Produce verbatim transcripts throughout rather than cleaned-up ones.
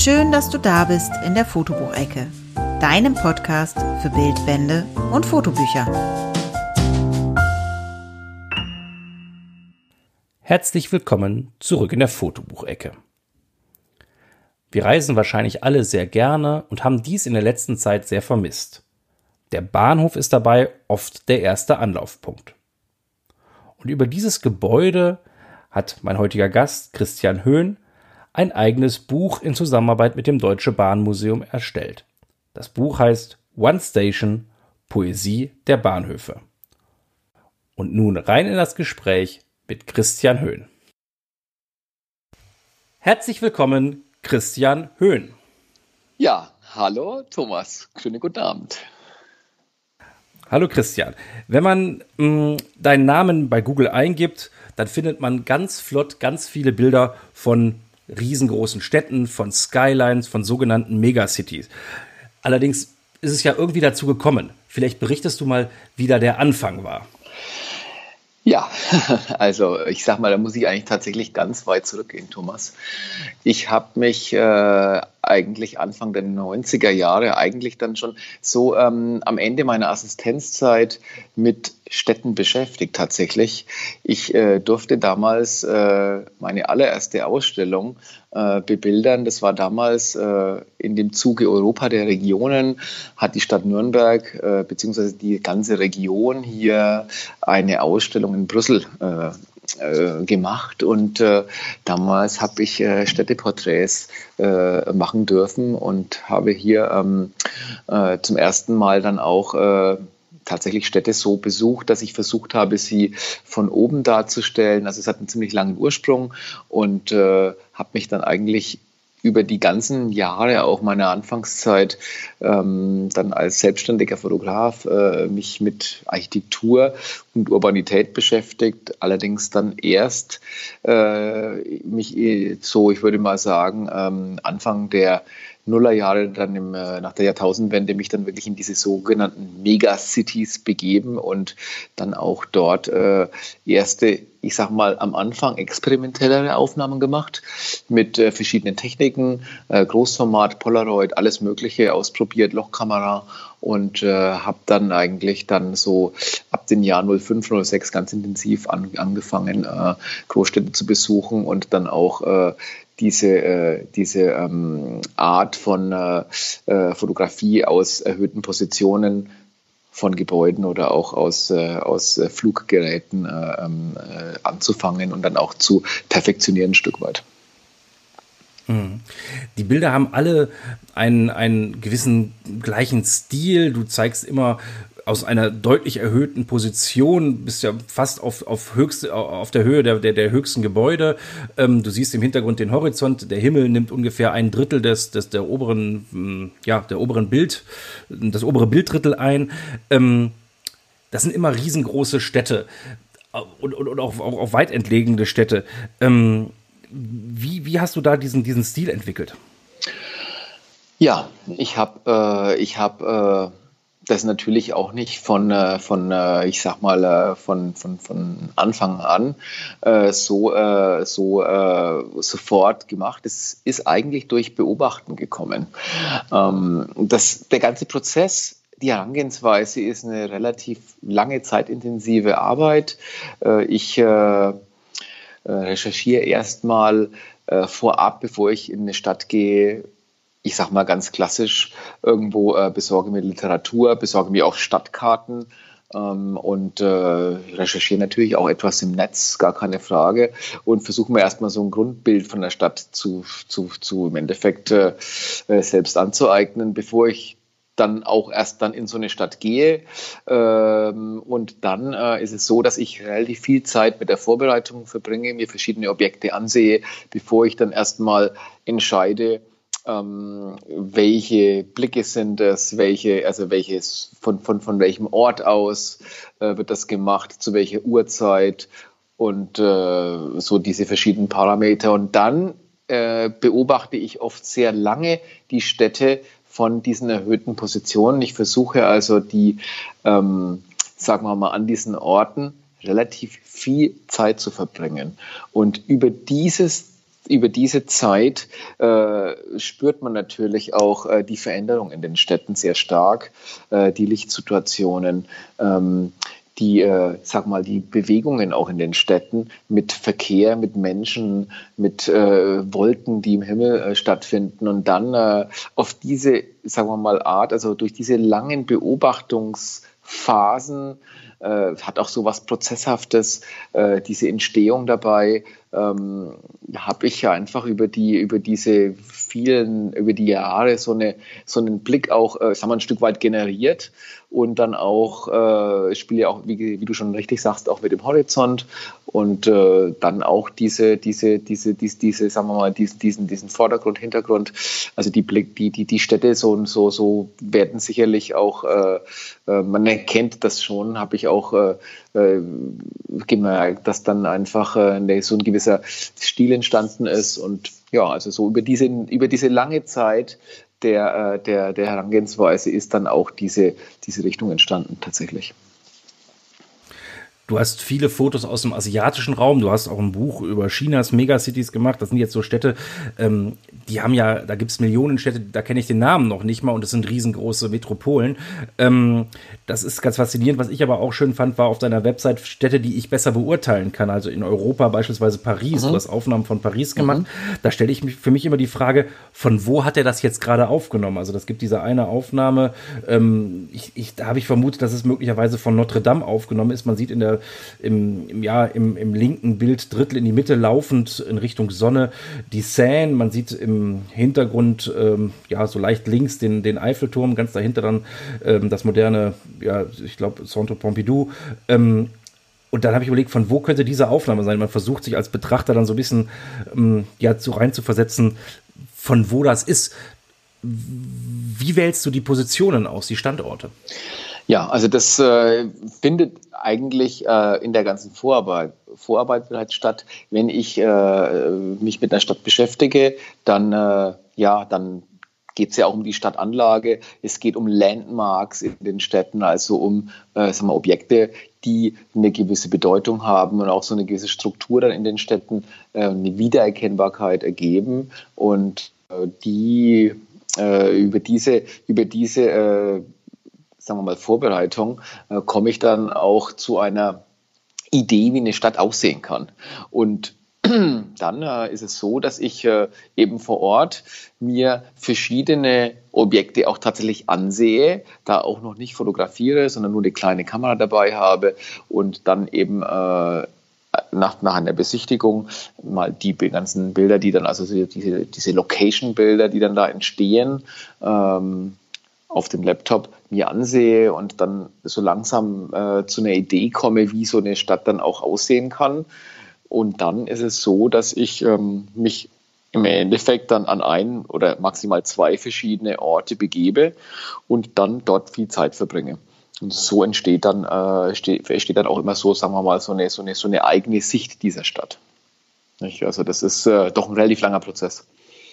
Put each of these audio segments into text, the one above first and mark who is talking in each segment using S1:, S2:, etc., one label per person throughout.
S1: Schön, dass du da bist in der Fotobuchecke, deinem Podcast für Bildbände und Fotobücher.
S2: Herzlich willkommen zurück in der Fotobuchecke. Wir reisen wahrscheinlich alle sehr gerne und haben dies in der letzten Zeit sehr vermisst. Der Bahnhof ist dabei oft der erste Anlaufpunkt. Und über dieses Gebäude hat mein heutiger Gast Christian Höhn ein eigenes Buch in Zusammenarbeit mit dem Deutsche Bahnmuseum erstellt. Das Buch heißt One Station – Poesie der Bahnhöfe. Und nun rein in das Gespräch mit Christian Höhn. Herzlich willkommen, Christian Höhn.
S3: Ja, hallo Thomas, schönen guten Abend.
S2: Hallo Christian. Wenn man mh, deinen Namen bei Google eingibt, dann findet man ganz flott ganz viele Bilder von riesengroßen Städten, von Skylines, von sogenannten Megacities. Allerdings ist es ja irgendwie dazu gekommen. Vielleicht berichtest du mal, wie da der Anfang war.
S3: Ja, also ich sag mal, da muss ich eigentlich tatsächlich ganz weit zurückgehen, Thomas. Ich habe mich äh, eigentlich Anfang der neunziger Jahre, eigentlich dann schon so ähm, am Ende meiner Assistenzzeit mit Städten beschäftigt tatsächlich. Ich äh, durfte damals äh, meine allererste Ausstellung äh, bebildern. Das war damals äh, in dem Zuge Europa der Regionen, hat die Stadt Nürnberg äh, beziehungsweise die ganze Region hier eine Ausstellung in Brüssel äh, äh, gemacht. Und äh, damals habe ich äh, Städteporträts äh, machen dürfen und habe hier ähm, äh, zum ersten Mal dann auch äh, tatsächlich Städte so besucht, dass ich versucht habe, sie von oben darzustellen. Also es hat einen ziemlich langen Ursprung und äh, habe mich dann eigentlich über die ganzen Jahre auch meiner Anfangszeit ähm, dann als selbstständiger Fotograf äh, mich mit Architektur und Urbanität beschäftigt. Allerdings dann erst äh, mich so, ich würde mal sagen, ähm, Anfang der Nullerjahre, dann im, äh, nach der Jahrtausendwende mich dann wirklich in diese sogenannten Megacities begeben und dann auch dort äh, erste, ich sag mal, am Anfang experimentellere Aufnahmen gemacht mit äh, verschiedenen Techniken, äh, Großformat, Polaroid, alles Mögliche ausprobiert, Lochkamera und äh, habe dann eigentlich dann so ab dem Jahr null fünf, null sechs ganz intensiv an, angefangen, äh, Großstädte zu besuchen und dann auch äh, diese, äh, diese ähm, Art von äh, äh, Fotografie aus erhöhten Positionen von Gebäuden oder auch aus, äh, aus äh, Fluggeräten äh, äh, anzufangen und dann auch zu perfektionieren ein Stück weit.
S2: Die Bilder haben alle einen, einen gewissen gleichen Stil. Du zeigst immer aus einer deutlich erhöhten Position, bist ja fast auf, auf, höchste, auf der Höhe der, der, der höchsten Gebäude. Ähm, du siehst im Hintergrund den Horizont. Der Himmel nimmt ungefähr ein Drittel des, des der oberen, ja, der oberen Bild, das obere Bilddrittel ein. Ähm, das sind immer riesengroße Städte und, und, und auch, auch, auch weit entlegene Städte. Ähm, wie, wie hast du da diesen, diesen Stil entwickelt?
S3: Ja, ich habe äh, ich hab, äh das natürlich auch nicht von, von ich sag mal, von, von, von Anfang an so, so sofort gemacht. Es ist eigentlich durch Beobachten gekommen. Das, der ganze Prozess, die Herangehensweise ist eine relativ lange, zeitintensive Arbeit. Ich recherchiere erstmal vorab, bevor ich in eine Stadt gehe. Ich sag mal ganz klassisch, irgendwo äh, besorge mir Literatur, besorge mir auch Stadtkarten ähm, und äh, recherchiere natürlich auch etwas im Netz, gar keine Frage, und versuche mir erstmal so ein Grundbild von der Stadt zu, zu, zu im Endeffekt äh, selbst anzueignen, bevor ich dann auch erst dann in so eine Stadt gehe. Ähm, und dann äh, ist es so, dass ich relativ viel Zeit mit der Vorbereitung verbringe, mir verschiedene Objekte ansehe, bevor ich dann erstmal entscheide, Ähm, welche Blicke sind das, welche, also welches, von, von, von welchem Ort aus äh, wird das gemacht, zu welcher Uhrzeit und äh, so diese verschiedenen Parameter. Und dann äh, beobachte ich oft sehr lange die Städte von diesen erhöhten Positionen. Ich versuche also die, ähm, sagen wir mal, an diesen Orten relativ viel Zeit zu verbringen. Und über dieses über diese Zeit äh, spürt man natürlich auch äh, die Veränderung in den Städten sehr stark, äh, die Lichtsituationen, ähm, die, äh, sag mal, die Bewegungen auch in den Städten mit Verkehr, mit Menschen, mit äh, Wolken, die im Himmel äh, stattfinden und dann äh, auf diese, sagen wir mal, Art, also durch diese langen Beobachtungsphasen äh, hat auch so was Prozesshaftes, äh, diese Entstehung dabei, ähm, habe ich ja einfach über die, über diese vielen, über die Jahre so eine, so einen Blick auch, äh, sagen wir, ein Stück weit generiert und dann auch, äh, spiele ja auch, wie, wie du schon richtig sagst, auch mit dem Horizont und äh, dann auch diese, diese, diese, diese, diese, sagen wir mal, diesen, diesen, diesen Vordergrund, Hintergrund, also die Blick, die, die, die Städte so, so, so werden sicherlich auch, äh, äh, man erkennt das schon, habe ich auch äh, äh, gemerkt, dass dann einfach äh, so ein gewisser Stil entstanden ist und ja, also so über diese, über diese lange Zeit der, der, der Herangehensweise ist dann auch diese, diese Richtung entstanden tatsächlich.
S2: Du hast viele Fotos aus dem asiatischen Raum. Du hast auch ein Buch über Chinas Megacities gemacht. Das sind jetzt so Städte, ähm, die haben ja, da gibt es Millionen Städte, da kenne ich den Namen noch nicht mal und das sind riesengroße Metropolen. Ähm, das ist ganz faszinierend. Was ich aber auch schön fand, war auf deiner Website Städte, die ich besser beurteilen kann. Also in Europa beispielsweise Paris. Mhm. Du hast Aufnahmen von Paris gemacht. Mhm. Da stelle ich mich für mich immer die Frage, von wo hat er das jetzt gerade aufgenommen? Also das gibt diese eine Aufnahme, ähm, ich, ich, da habe ich vermutet, dass es möglicherweise von Notre Dame aufgenommen ist. Man sieht in der Im, im, ja, im, im linken Bild Drittel in die Mitte laufend in Richtung Sonne die Seine. Man sieht im Hintergrund ähm, ja so leicht links den, den Eiffelturm, ganz dahinter dann ähm, das moderne, ja, ich glaube, Centre Pompidou. Ähm, und dann habe ich überlegt, von wo könnte diese Aufnahme sein? Man versucht sich als Betrachter dann so ein bisschen ähm, ja, so rein zu versetzen, von wo das ist. Wie wählst du die Positionen aus, die Standorte?
S3: Ja, also das äh, findet eigentlich äh, in der ganzen Vorarbeit, Vorarbeit bereits statt. Wenn ich äh, mich mit einer Stadt beschäftige, dann, äh, ja, dann geht es ja auch um die Stadtanlage. Es geht um Landmarks in den Städten, also um äh, sagen wir, Objekte, die eine gewisse Bedeutung haben und auch so eine gewisse Struktur dann in den Städten, äh, eine Wiedererkennbarkeit ergeben und äh, die äh, über diese, über diese äh, sagen wir mal, Vorbereitung, äh, komme ich dann auch zu einer Idee, wie eine Stadt aussehen kann. Und dann äh, ist es so, dass ich äh, eben vor Ort mir verschiedene Objekte auch tatsächlich ansehe, da auch noch nicht fotografiere, sondern nur eine kleine Kamera dabei habe und dann eben äh, nach, nach einer Besichtigung mal die ganzen Bilder, die dann, also diese, diese Location-Bilder, die dann da entstehen, ähm, auf dem Laptop mir ansehe und dann so langsam äh, zu einer Idee komme, wie so eine Stadt dann auch aussehen kann. Und dann ist es so, dass ich ähm, mich im Endeffekt dann an ein oder maximal zwei verschiedene Orte begebe und dann dort viel Zeit verbringe. Und so entsteht dann, äh, steht, entsteht dann auch immer so, sagen wir mal, so eine, so eine, so eine eigene Sicht dieser Stadt. Nicht? Also das ist äh, doch ein relativ langer Prozess.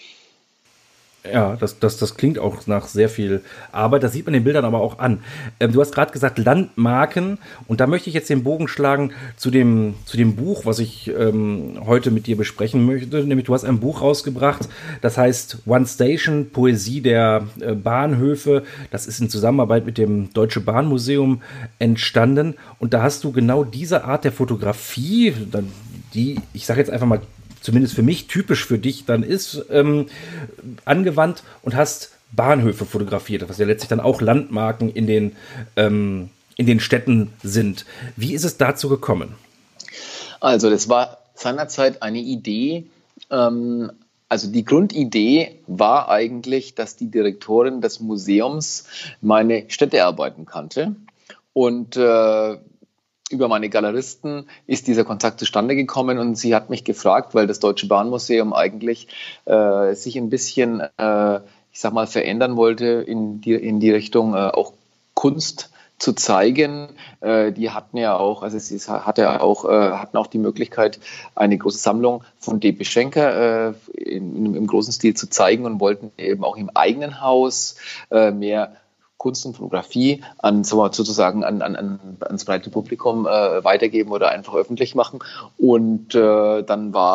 S2: Ja, das, das, das klingt auch nach sehr viel Arbeit. Das sieht man den Bildern aber auch an. Ähm, du hast gerade gesagt Landmarken und da möchte ich jetzt den Bogen schlagen zu dem, zu dem Buch, was ich ähm, heute mit dir besprechen möchte. Nämlich du hast ein Buch rausgebracht, das heißt One Station, Poesie der äh, Bahnhöfe. Das ist in Zusammenarbeit mit dem Deutsche Bahnmuseum entstanden und da hast du genau diese Art der Fotografie, die, ich sage jetzt einfach mal, zumindest für mich typisch für dich dann ist, ähm, angewandt und hast Bahnhöfe fotografiert, was ja letztlich dann auch Landmarken in den, ähm, in den Städten sind. Wie ist es dazu gekommen?
S3: Also das war seinerzeit eine Idee, ähm, also die Grundidee war eigentlich, dass die Direktorin des Museums meine Städtearbeiten kannte und äh, über meine Galeristen ist dieser Kontakt zustande gekommen und sie hat mich gefragt, weil das Deutsche Bahnmuseum eigentlich äh, sich ein bisschen, äh, ich sag mal, verändern wollte in die, in die Richtung äh, auch Kunst zu zeigen. Äh, die hatten ja auch, also sie hatte auch, äh, hatten auch die Möglichkeit, eine große Sammlung von D B Schenker äh, in, im großen Stil zu zeigen und wollten eben auch im eigenen Haus äh, mehr Kunst und Fotografie an, sozusagen an, an, an, ans breite Publikum äh, weitergeben oder einfach öffentlich machen. Und äh, dann war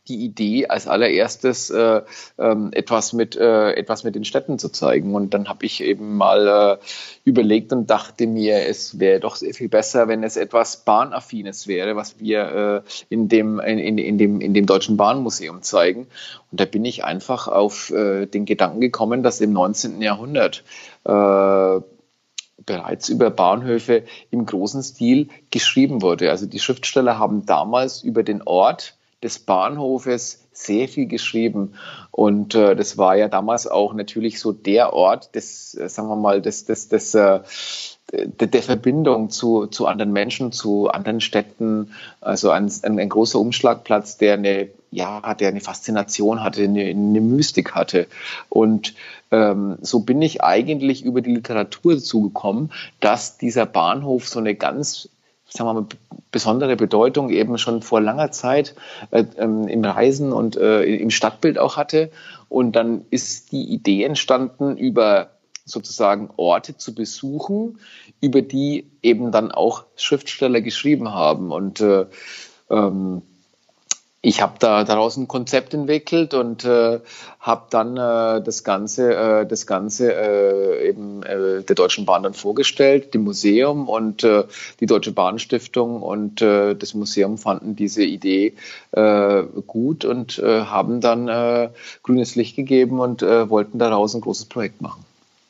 S3: die Idee, als allererstes äh, ähm, etwas mit äh, etwas mit den Städten zu zeigen. Und dann habe ich eben mal äh, überlegt und dachte mir, es wäre doch sehr viel besser, wenn es etwas Bahnaffines wäre, was wir äh, in dem in, in dem in dem Deutschen Bahnmuseum zeigen. Und da bin ich einfach auf äh, den Gedanken gekommen, dass im neunzehnten Jahrhundert äh, bereits über Bahnhöfe im großen Stil geschrieben wurde. Also die Schriftsteller haben damals über den Ort des Bahnhofes sehr viel geschrieben. Und äh, das war ja damals auch natürlich so der Ort des, äh, sagen wir mal, des, des, des, äh, der, der Verbindung zu, zu anderen Menschen, zu anderen Städten. Also ein, ein, ein großer Umschlagplatz, der eine, ja, der eine Faszination hatte, eine, eine Mystik hatte. Und ähm, so bin ich eigentlich über die Literatur dazu gekommen, dass dieser Bahnhof so eine ganz, sagen wir mal, besondere Bedeutung eben schon vor langer Zeit äh, ähm, im Reisen und äh, im Stadtbild auch hatte. Und dann ist die Idee entstanden, über sozusagen Orte zu besuchen, über die eben dann auch Schriftsteller geschrieben haben. Und äh, ähm, ich habe da daraus ein Konzept entwickelt und äh, habe dann äh, das Ganze, äh, das Ganze äh, eben äh, der Deutschen Bahn dann vorgestellt, dem Museum und äh, die Deutsche Bahnstiftung und äh, das Museum fanden diese Idee äh, gut und äh, haben dann äh, grünes Licht gegeben und äh, wollten daraus ein großes Projekt machen.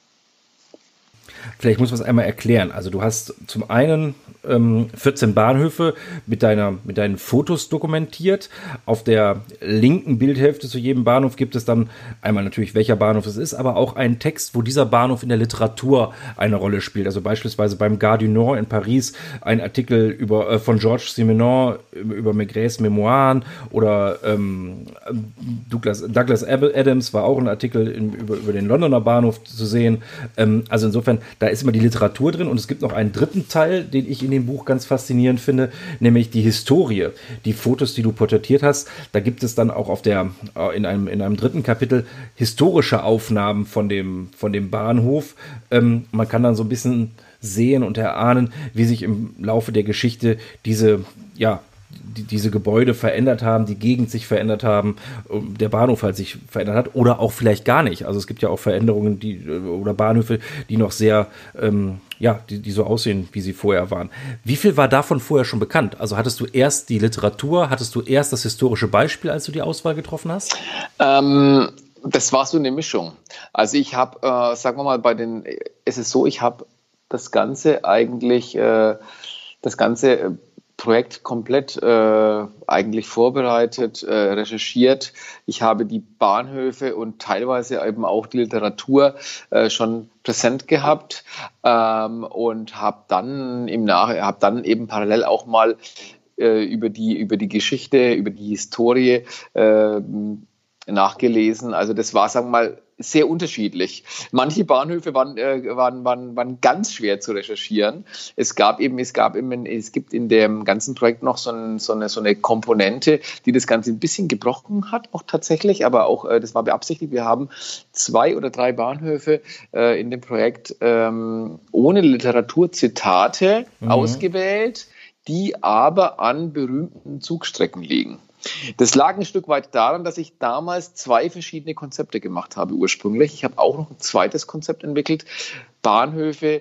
S2: Vielleicht muss man es einmal erklären. Also du hast zum einen ähm, vierzehn Bahnhöfe mit deiner, mit deinen Fotos dokumentiert. Auf der linken Bildhälfte zu jedem Bahnhof gibt es dann einmal natürlich, welcher Bahnhof es ist, aber auch einen Text, wo dieser Bahnhof in der Literatur eine Rolle spielt. Also beispielsweise beim Gare du Nord in Paris ein Artikel über, äh, von Georges Simenon über Maigret's Memoiren oder ähm, Douglas, Douglas Adams war auch ein Artikel in, über, über den Londoner Bahnhof zu sehen. Ähm, also insofern, da ist immer die Literatur drin und es gibt noch einen dritten Teil, den ich in dem Buch ganz faszinierend finde, nämlich die Historie. Die Fotos, die du porträtiert hast, da gibt es dann auch auf der, in einem, in einem dritten Kapitel historische Aufnahmen von dem, von dem Bahnhof. Ähm, man kann dann so ein bisschen sehen und erahnen, wie sich im Laufe der Geschichte diese, ja, die, diese Gebäude verändert haben, die Gegend sich verändert haben, der Bahnhof halt sich verändert hat oder auch vielleicht gar nicht. Also es gibt ja auch Veränderungen, die oder Bahnhöfe, die noch sehr, ähm, ja, die, die so aussehen, wie sie vorher waren. Wie viel war davon vorher schon bekannt? Also hattest du erst die Literatur, hattest du erst das historische Beispiel, als du die Auswahl getroffen hast?
S3: Ähm, das war so eine Mischung. Also ich habe, äh, sagen wir mal, bei den, es ist so, ich habe das Ganze eigentlich, äh, das Ganze Projekt komplett äh, eigentlich vorbereitet, äh, recherchiert. Ich habe die Bahnhöfe und teilweise eben auch die Literatur äh, schon präsent gehabt ähm, und habe dann im Nach habe dann eben parallel auch mal äh, über die über die Geschichte, über die Historie äh, nachgelesen. Also das war, sagen wir mal, sehr unterschiedlich. Manche Bahnhöfe waren, äh, waren, waren, waren ganz schwer zu recherchieren. Es gab eben, es gab eben, es gibt in dem ganzen Projekt noch so, ein, so, eine, so eine Komponente, die das Ganze ein bisschen gebrochen hat, auch tatsächlich, aber auch, äh, das war beabsichtigt. Wir haben zwei oder drei Bahnhöfe äh, in dem Projekt ähm, ohne Literaturzitate mhm. ausgewählt, die aber an berühmten Zugstrecken liegen. Das lag ein Stück weit daran, dass ich damals zwei verschiedene Konzepte gemacht habe ursprünglich. Ich habe auch noch ein zweites Konzept entwickelt, Bahnhöfe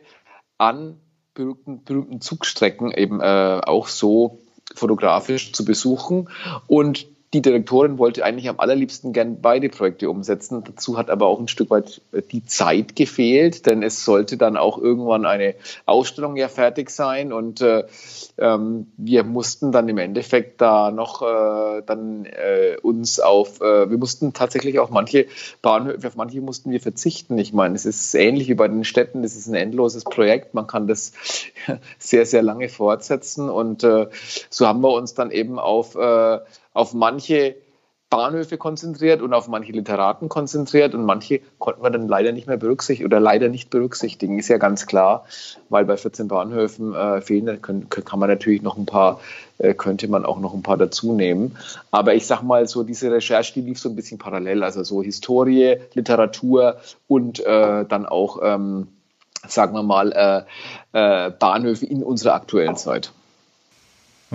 S3: an berühmten, berühmten Zugstrecken eben äh, auch so fotografisch zu besuchen. Und die Direktorin wollte eigentlich am allerliebsten gern beide Projekte umsetzen. Dazu hat aber auch ein Stück weit die Zeit gefehlt, denn es sollte dann auch irgendwann eine Ausstellung ja fertig sein und äh, ähm, wir mussten dann im Endeffekt da noch äh, dann äh, uns auf, äh, wir mussten tatsächlich auch manche Bahnhöfe, auf manche mussten wir verzichten. Ich meine, es ist ähnlich wie bei den Städten, das ist ein endloses Projekt, man kann das sehr, sehr lange fortsetzen und äh, so haben wir uns dann eben auf äh, auf manche Bahnhöfe konzentriert und auf manche Literaten konzentriert und manche konnten wir dann leider nicht mehr berücksichtigen oder leider nicht berücksichtigen, ist ja ganz klar, weil bei vierzehn Bahnhöfen äh, fehlen, können, kann man natürlich noch ein paar, äh, könnte man auch noch ein paar dazu nehmen. Aber ich sag mal so, diese Recherche, die lief so ein bisschen parallel, also so Historie, Literatur und äh, dann auch, ähm, sagen wir mal, äh, äh, Bahnhöfe in unserer aktuellen Zeit.
S2: Mhm.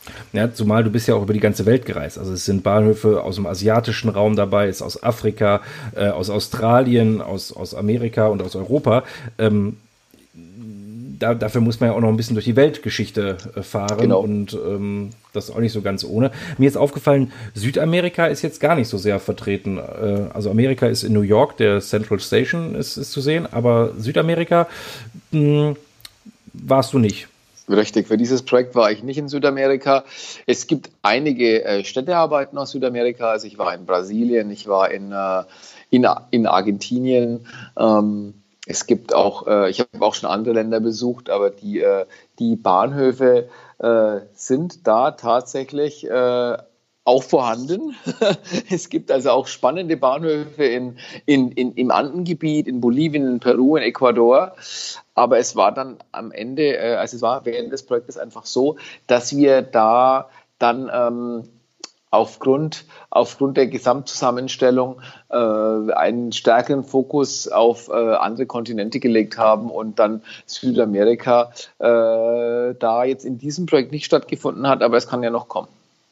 S2: Ja, zumal du bist ja auch über die ganze Welt gereist. Also es sind Bahnhöfe aus dem asiatischen Raum dabei, ist aus Afrika, äh, aus Australien, aus, aus Amerika und aus Europa. Ähm, da, dafür muss man ja auch noch ein bisschen durch die Weltgeschichte äh, fahren.
S3: Genau.
S2: Und ähm, das ist auch nicht so ganz ohne. Mir ist aufgefallen, Südamerika ist jetzt gar nicht so sehr vertreten. Äh, also Amerika ist in New York, der Central Station ist, ist zu sehen, aber Südamerika mh, warst du nicht.
S3: Richtig, für dieses Projekt war ich nicht in Südamerika. Es gibt einige äh, Städtearbeiten aus Südamerika. Also ich war in Brasilien, ich war in, äh, in, in Argentinien. Ähm, es gibt auch, äh, ich habe auch schon andere Länder besucht, aber die, äh, die Bahnhöfe äh, sind da tatsächlich äh, auch vorhanden. Es gibt also auch spannende Bahnhöfe in, in, in, im Andengebiet, in Bolivien, in Peru, in Ecuador. Aber es war dann am Ende, also es war während des Projektes einfach so, dass wir da dann ähm, aufgrund, aufgrund der Gesamtzusammenstellung äh, einen stärkeren Fokus auf äh, andere Kontinente gelegt haben und dann Südamerika äh, da jetzt in diesem Projekt nicht stattgefunden hat, aber es kann ja noch kommen.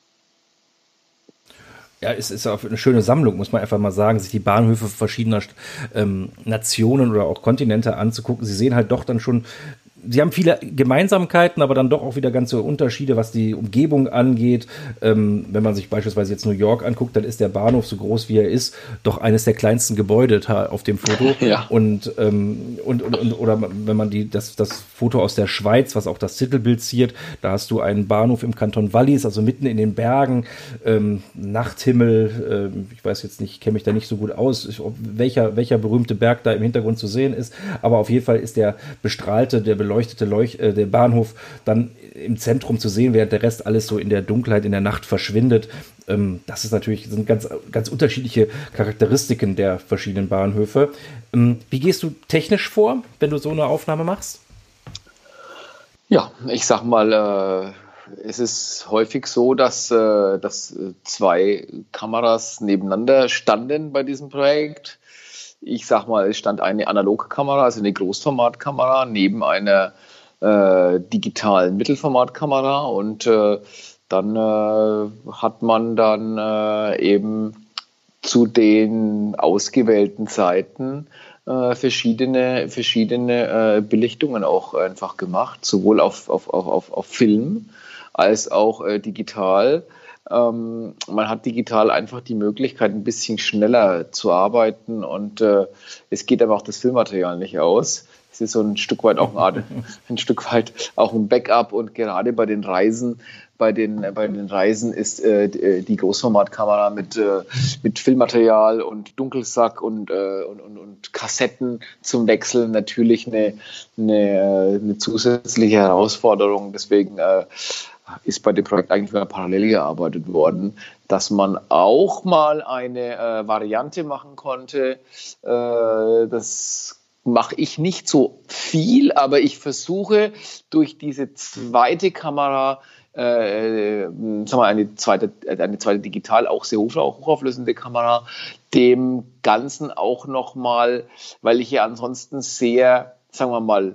S2: Ja, es ist auch eine schöne Sammlung, muss man einfach mal sagen, sich die Bahnhöfe verschiedener ähm, Nationen oder auch Kontinente anzugucken. Sie sehen halt doch dann schon, sie haben viele Gemeinsamkeiten, aber dann doch auch wieder ganze Unterschiede, was die Umgebung angeht. Ähm, wenn man sich beispielsweise jetzt New York anguckt, dann ist der Bahnhof, so groß wie er ist, doch eines der kleinsten Gebäude auf dem Foto.
S3: Ja.
S2: Und, ähm, und, und, und oder wenn man die, das, das Foto aus der Schweiz, was auch das Titelbild ziert, da hast du einen Bahnhof im Kanton Wallis, also mitten in den Bergen, ähm, Nachthimmel, ähm, ich weiß jetzt nicht, ich kenne mich da nicht so gut aus, ich, welcher, welcher berühmte Berg da im Hintergrund zu sehen ist, aber auf jeden Fall ist der bestrahlte, der beleuchtete leuchtete Leuch äh, der Bahnhof dann im Zentrum zu sehen, während der Rest alles so in der Dunkelheit, in der Nacht verschwindet. Ähm, das ist natürlich, sind ganz, ganz unterschiedliche Charakteristiken der verschiedenen Bahnhöfe. Ähm, wie gehst du technisch vor, wenn du so eine Aufnahme machst?
S3: Ja, ich sag mal, äh, es ist häufig so, dass, äh, dass zwei Kameras nebeneinander standen bei diesem Projekt. Ich sag mal, es stand eine analoge Kamera, also eine Großformatkamera, neben einer äh, digitalen Mittelformatkamera und äh, dann äh, hat man dann äh, eben zu den ausgewählten Zeiten äh, verschiedene, verschiedene äh, Belichtungen auch einfach gemacht, sowohl auf, auf, auf, auf, auf Film als auch äh, digital. Ähm, man hat digital einfach die Möglichkeit, ein bisschen schneller zu arbeiten und äh, es geht aber auch das Filmmaterial nicht aus. Es ist so ein Stück weit auch ein, ein Stück weit auch ein Backup und gerade bei den Reisen, bei den, bei den Reisen ist äh, die Großformatkamera mit, äh, mit Filmmaterial und Dunkelsack und, äh, und, und, und Kassetten zum Wechseln natürlich eine, eine, eine zusätzliche Herausforderung. Deswegen äh, ist bei dem Projekt eigentlich mal parallel gearbeitet worden, dass man auch mal eine äh, Variante machen konnte. Äh, das mache ich nicht so viel, aber ich versuche durch diese zweite Kamera, äh, sagen wir eine zweite, eine zweite digital, auch sehr hochauflösende Kamera, dem Ganzen auch nochmal, weil ich ja ansonsten sehr, sagen wir mal,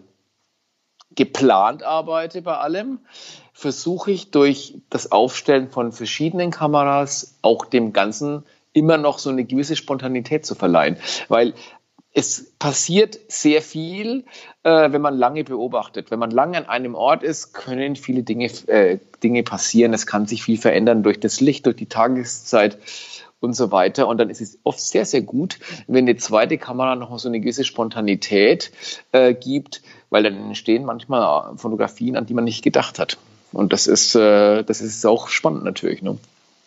S3: geplant arbeite bei allem, versuche ich durch das Aufstellen von verschiedenen Kameras auch dem Ganzen immer noch so eine gewisse Spontanität zu verleihen. Weil es passiert sehr viel, äh, wenn man lange beobachtet. Wenn man lange an einem Ort ist, können viele Dinge, äh, Dinge passieren. Es kann sich viel verändern durch das Licht, durch die Tageszeit und so weiter. Und dann ist es oft sehr, sehr gut, wenn eine zweite Kamera noch so eine gewisse Spontanität äh, gibt, weil dann entstehen manchmal Fotografien, an die man nicht gedacht hat. Und das ist, äh, das ist auch spannend natürlich, ne?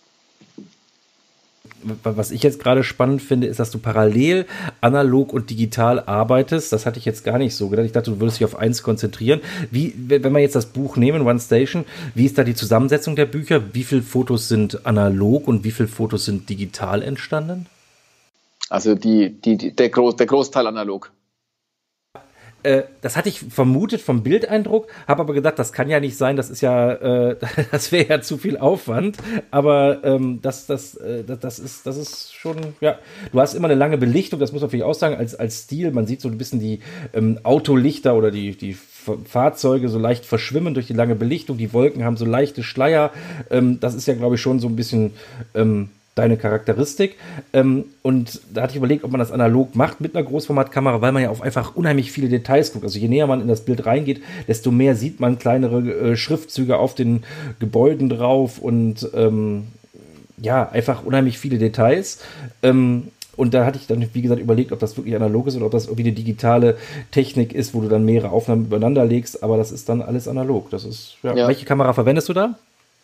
S2: Was ich jetzt gerade spannend finde, ist, dass du parallel analog und digital arbeitest. Das hatte ich jetzt gar nicht so gedacht. Ich dachte, du würdest dich auf eins konzentrieren. Wie, wenn wir jetzt das Buch nehmen, One Station, wie ist da die Zusammensetzung der Bücher? Wie viele Fotos sind analog und wie viele Fotos sind digital entstanden?
S3: Also die, die, die, der, Groß, der Großteil analog.
S2: Äh, das hatte ich vermutet vom Bildeindruck, habe aber gedacht, das kann ja nicht sein, das ist ja, äh, das wäre ja zu viel Aufwand, aber ähm, das, das, äh, das, das, ist, das ist schon, ja, du hast immer eine lange Belichtung, das muss man vielleicht auch sagen, als, als Stil, man sieht so ein bisschen die ähm, Autolichter oder die, die Fahrzeuge so leicht verschwimmen durch die lange Belichtung, die Wolken haben so leichte Schleier. Ähm, das ist ja, glaube ich, schon so ein bisschen ähm, deine Charakteristik. Ähm, und da hatte ich überlegt, ob man das analog macht mit einer Großformatkamera, weil man ja auf einfach unheimlich viele Details guckt. Also je näher man in das Bild reingeht, desto mehr sieht man kleinere äh, Schriftzüge auf den Gebäuden drauf und ähm, ja, einfach unheimlich viele Details. Ähm, Und da hatte ich dann, wie gesagt, überlegt, ob das wirklich analog ist oder ob das irgendwie eine digitale Technik ist, wo du dann mehrere Aufnahmen übereinander legst. Aber das ist dann alles analog. Das ist, ja. Ja. Welche Kamera verwendest du da?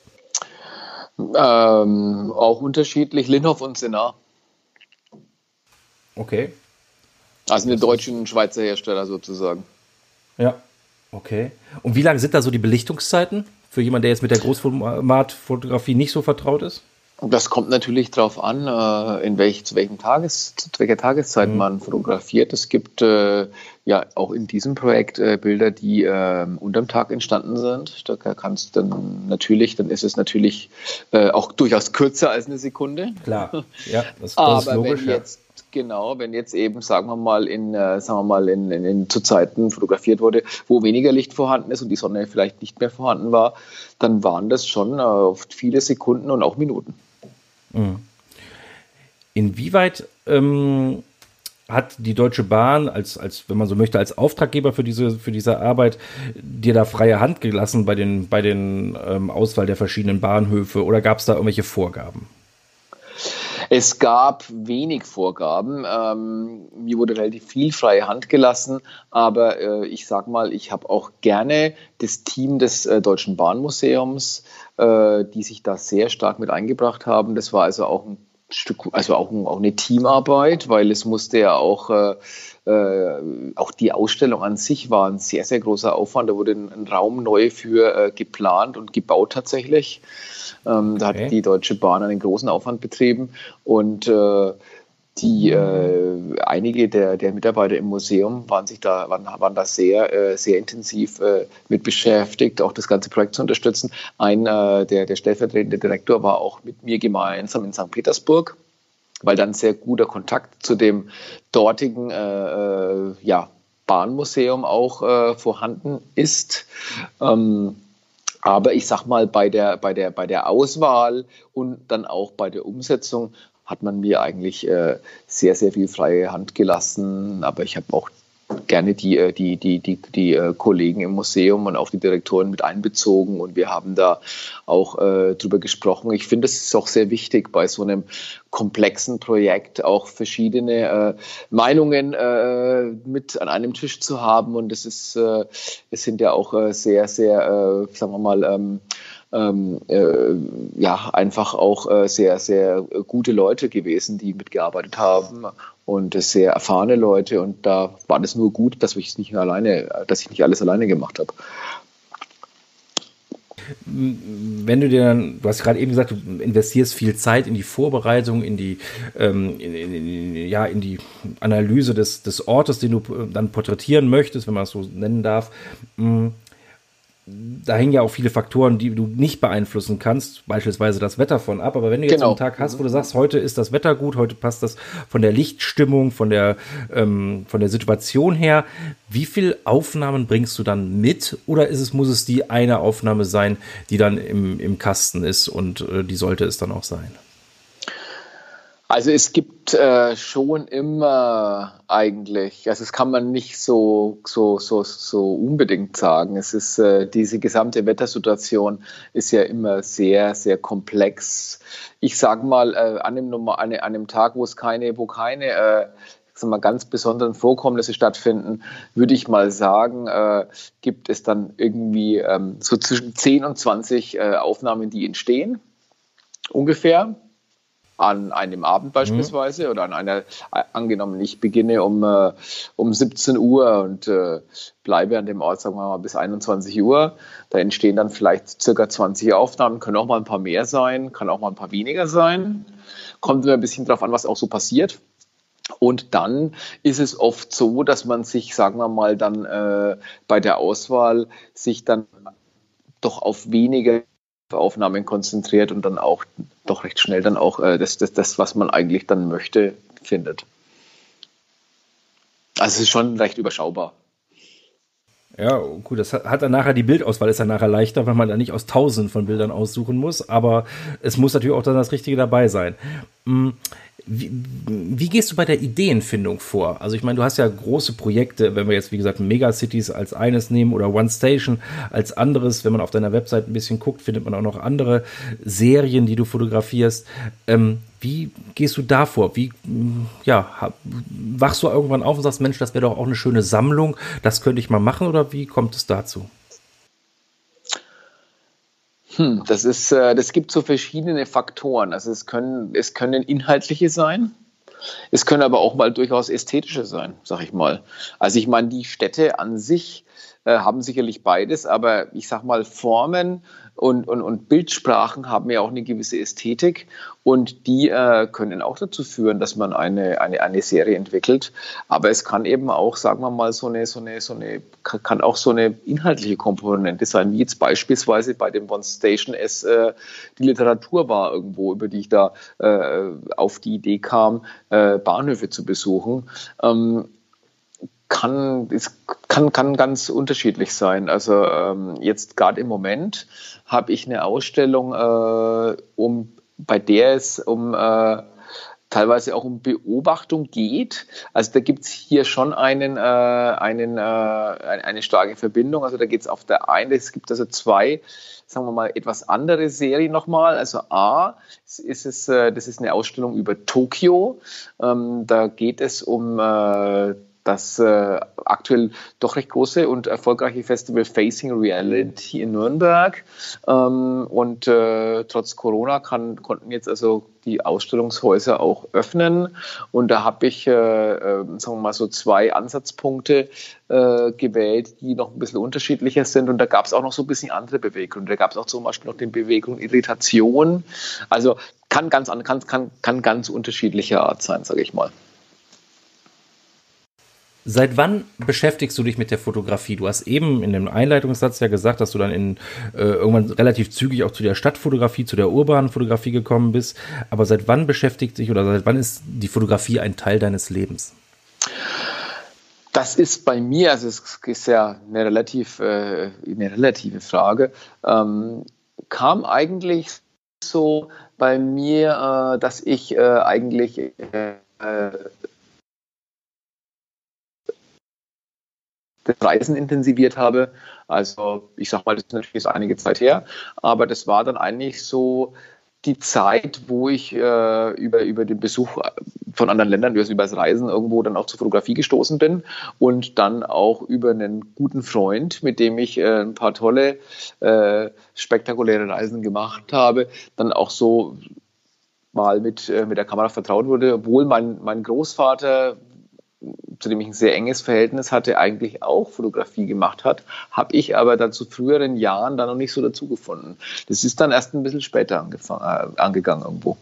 S3: Ähm, auch unterschiedlich. Linhof und Senar.
S2: Okay.
S3: Also eine deutsche und Schweizer Hersteller sozusagen.
S2: Ja, okay. Und wie lang sind da so die Belichtungszeiten für jemanden, der jetzt mit der Großformatfotografie nicht so vertraut ist?
S3: Das kommt natürlich darauf an, in welch, zu, welchem Tages, zu welcher Tageszeit mhm. man fotografiert. Es gibt äh, ja auch in diesem Projekt äh, Bilder, die äh, unterm Tag entstanden sind. Da kannst du dann natürlich, dann ist es natürlich äh, auch durchaus kürzer als eine Sekunde.
S2: Klar, ja, das, das
S3: Aber
S2: ist logisch.
S3: Wenn jetzt, ja. Genau, wenn jetzt eben, sagen wir mal, in, äh, sagen wir mal, in, in, in zu Zeiten fotografiert wurde, wo weniger Licht vorhanden ist und die Sonne vielleicht nicht mehr vorhanden war, dann waren das schon äh, oft viele Sekunden und auch Minuten.
S2: Inwieweit ähm, hat die Deutsche Bahn, als, als, wenn man so möchte, als Auftraggeber für diese, für diese Arbeit dir da freie Hand gelassen bei den, bei den ähm, Auswahl der verschiedenen Bahnhöfe oder gab es da irgendwelche Vorgaben?
S3: Es gab wenig Vorgaben. Ähm, mir wurde relativ viel freie Hand gelassen, aber äh, ich sag mal, ich habe auch gerne das Team des äh, Deutschen Bahnmuseums, äh, die sich da sehr stark mit eingebracht haben. Das war also auch ein Stück, also auch, ein, auch eine Teamarbeit, weil es musste ja auch äh, äh, auch die Ausstellung an sich war ein sehr, sehr großer Aufwand. Da wurde ein, ein Raum neu für äh, geplant und gebaut tatsächlich. Ähm, da okay. hat die Deutsche Bahn einen großen Aufwand betrieben und äh, die äh, einige der, der Mitarbeiter im Museum waren sich da waren, waren da sehr äh, sehr intensiv äh, mit beschäftigt, auch das ganze Projekt zu unterstützen. Ein äh, der der stellvertretende Direktor war auch mit mir gemeinsam in Sankt Petersburg, weil dann sehr guter Kontakt zu dem dortigen äh, ja, Bahnmuseum auch äh, vorhanden ist. Ähm, Aber ich sag mal, bei der, bei der, bei der Auswahl und dann auch bei der Umsetzung hat man mir eigentlich äh, sehr, sehr viel freie Hand gelassen. Aber ich habe auch gerne die, die, die, die, die äh, Kollegen im Museum und auch die Direktoren mit einbezogen. Und wir haben da auch äh, drüber gesprochen. Ich finde, es ist auch sehr wichtig, bei so einem komplexen Projekt auch verschiedene äh, Meinungen äh, mit an einem Tisch zu haben. Und es ist, äh, es sind ja auch äh, sehr, sehr, äh, sagen wir mal, ähm, ähm, äh, ja, einfach auch äh, sehr, sehr gute Leute gewesen, die mitgearbeitet haben und äh, sehr erfahrene Leute. Und da war das nur gut, dass ich es nicht alleine, dass ich nicht alles alleine gemacht habe.
S2: Wenn du dir dann, du hast gerade eben gesagt, du investierst viel Zeit in die Vorbereitung, in die, ähm, in, in, in, ja, in die Analyse des, des Ortes, den du dann porträtieren möchtest, wenn man es so nennen darf. Da hängen ja auch viele Faktoren, die du nicht beeinflussen kannst, beispielsweise das Wetter von ab. Aber wenn du jetzt genau. einen Tag hast, wo du sagst, heute ist das Wetter gut, heute passt das von der Lichtstimmung, von der, ähm, von der Situation her, wie viele Aufnahmen bringst du dann mit? Oder ist es, muss es die eine Aufnahme sein, die dann im, im Kasten ist und äh, die sollte es dann auch sein?
S3: Also es gibt äh, schon immer eigentlich, also das kann man nicht so, so, so, so unbedingt sagen. Es ist, äh, diese gesamte Wettersituation ist ja immer sehr, sehr komplex. Ich sage mal, äh, an, einem, an einem Tag, wo es keine, wo keine äh, sag mal, ganz besonderen Vorkommnisse stattfinden, würde ich mal sagen, äh, gibt es dann irgendwie ähm, so zwischen zehn und zwanzig äh, Aufnahmen, die entstehen, ungefähr. An einem Abend beispielsweise mhm. oder an einer, angenommen, ich beginne um, äh, um siebzehn Uhr und äh, bleibe an dem Ort, sagen wir mal, bis einundzwanzig Uhr. Da entstehen dann vielleicht circa zwanzig Aufnahmen, können auch mal ein paar mehr sein, kann auch mal ein paar weniger sein. Kommt immer ein bisschen drauf an, was auch so passiert. Und dann ist es oft so, dass man sich, sagen wir mal, dann äh, bei der Auswahl sich dann doch auf weniger Aufnahmen konzentriert und dann auch doch recht schnell dann auch äh, das, das, das, was man eigentlich dann möchte, findet. Also es ist schon recht überschaubar.
S2: Ja, gut, das hat, hat dann nachher die Bildauswahl ist dann nachher leichter, weil man dann nicht aus tausenden von Bildern aussuchen muss, aber es muss natürlich auch dann das Richtige dabei sein. Wie, wie gehst du bei der Ideenfindung vor? Also ich meine, du hast ja große Projekte, wenn wir jetzt wie gesagt Megacities als eines nehmen oder One Station als anderes, wenn man auf deiner Website ein bisschen guckt, findet man auch noch andere Serien, die du fotografierst. Ähm, wie gehst du da vor? Wie, ja, wachst du irgendwann auf und sagst, Mensch, das wäre doch auch eine schöne Sammlung, das könnte ich mal machen, oder wie kommt es dazu?
S3: Hm, das ist, äh, das gibt so verschiedene Faktoren. Also es können, es können inhaltliche sein, es können aber auch mal durchaus ästhetische sein, sag ich mal. Also ich meine, die Städte an sich äh, haben sicherlich beides, aber ich sag mal, Formen und, und, und Bildsprachen haben ja auch eine gewisse Ästhetik und die äh, können auch dazu führen, dass man eine, eine, eine Serie entwickelt. Aber es kann eben auch, sagen wir mal, so eine, so eine, so eine, kann auch so eine inhaltliche Komponente sein, wie jetzt beispielsweise bei dem One Station es äh, die Literatur war irgendwo, über die ich da äh, auf die Idee kam, äh, Bahnhöfe zu besuchen. Ähm, Kann, es kann, kann ganz unterschiedlich sein. Also ähm, jetzt gerade im Moment habe ich eine Ausstellung, äh, um, bei der es um äh, teilweise auch um Beobachtung geht. Also da gibt es hier schon einen, äh, einen, äh, eine starke Verbindung. Also da geht es auf der einen, es gibt also zwei, sagen wir mal, etwas andere Serien nochmal. Also A, ist es, äh, das ist eine Ausstellung über Tokio. Ähm, da geht es um äh, das äh, aktuell doch recht große und erfolgreiche Festival Facing Reality in Nürnberg. Ähm, und äh, trotz Corona kann, konnten jetzt also die Ausstellungshäuser auch öffnen. Und da habe ich, äh, äh, sagen wir mal, so zwei Ansatzpunkte äh, gewählt, die noch ein bisschen unterschiedlicher sind. Und da gab es auch noch so ein bisschen andere Beweggründe. Da gab es auch zum Beispiel noch den Beweggrund Irritation. Also kann ganz, kann, kann, kann ganz unterschiedlicher Art sein, sage ich mal.
S2: Seit wann beschäftigst du dich mit der Fotografie? Du hast eben in dem Einleitungssatz ja gesagt, dass du dann in, äh, irgendwann relativ zügig auch zu der Stadtfotografie, zu der urbanen Fotografie gekommen bist. Aber seit wann beschäftigt dich oder seit wann ist die Fotografie ein Teil deines Lebens?
S3: Das ist bei mir, also es ist ja eine, relativ, äh, eine relative Frage, ähm, kam eigentlich so bei mir, äh, dass ich äh, eigentlich äh, das Reisen intensiviert habe. Also ich sag mal, das ist natürlich einige Zeit her, aber das war dann eigentlich so die Zeit, wo ich äh, über, über den Besuch von anderen Ländern, also über das Reisen irgendwo dann auch zur Fotografie gestoßen bin und dann auch über einen guten Freund, mit dem ich äh, ein paar tolle, äh, spektakuläre Reisen gemacht habe, dann auch so mal mit, äh, mit der Kamera vertraut wurde, obwohl mein, mein Großvater, zu dem ich ein sehr enges Verhältnis hatte, eigentlich auch Fotografie gemacht hat, habe ich aber dann zu früheren Jahren da noch nicht so dazu gefunden. Das ist dann erst ein bisschen später angefangen, äh, angegangen irgendwo.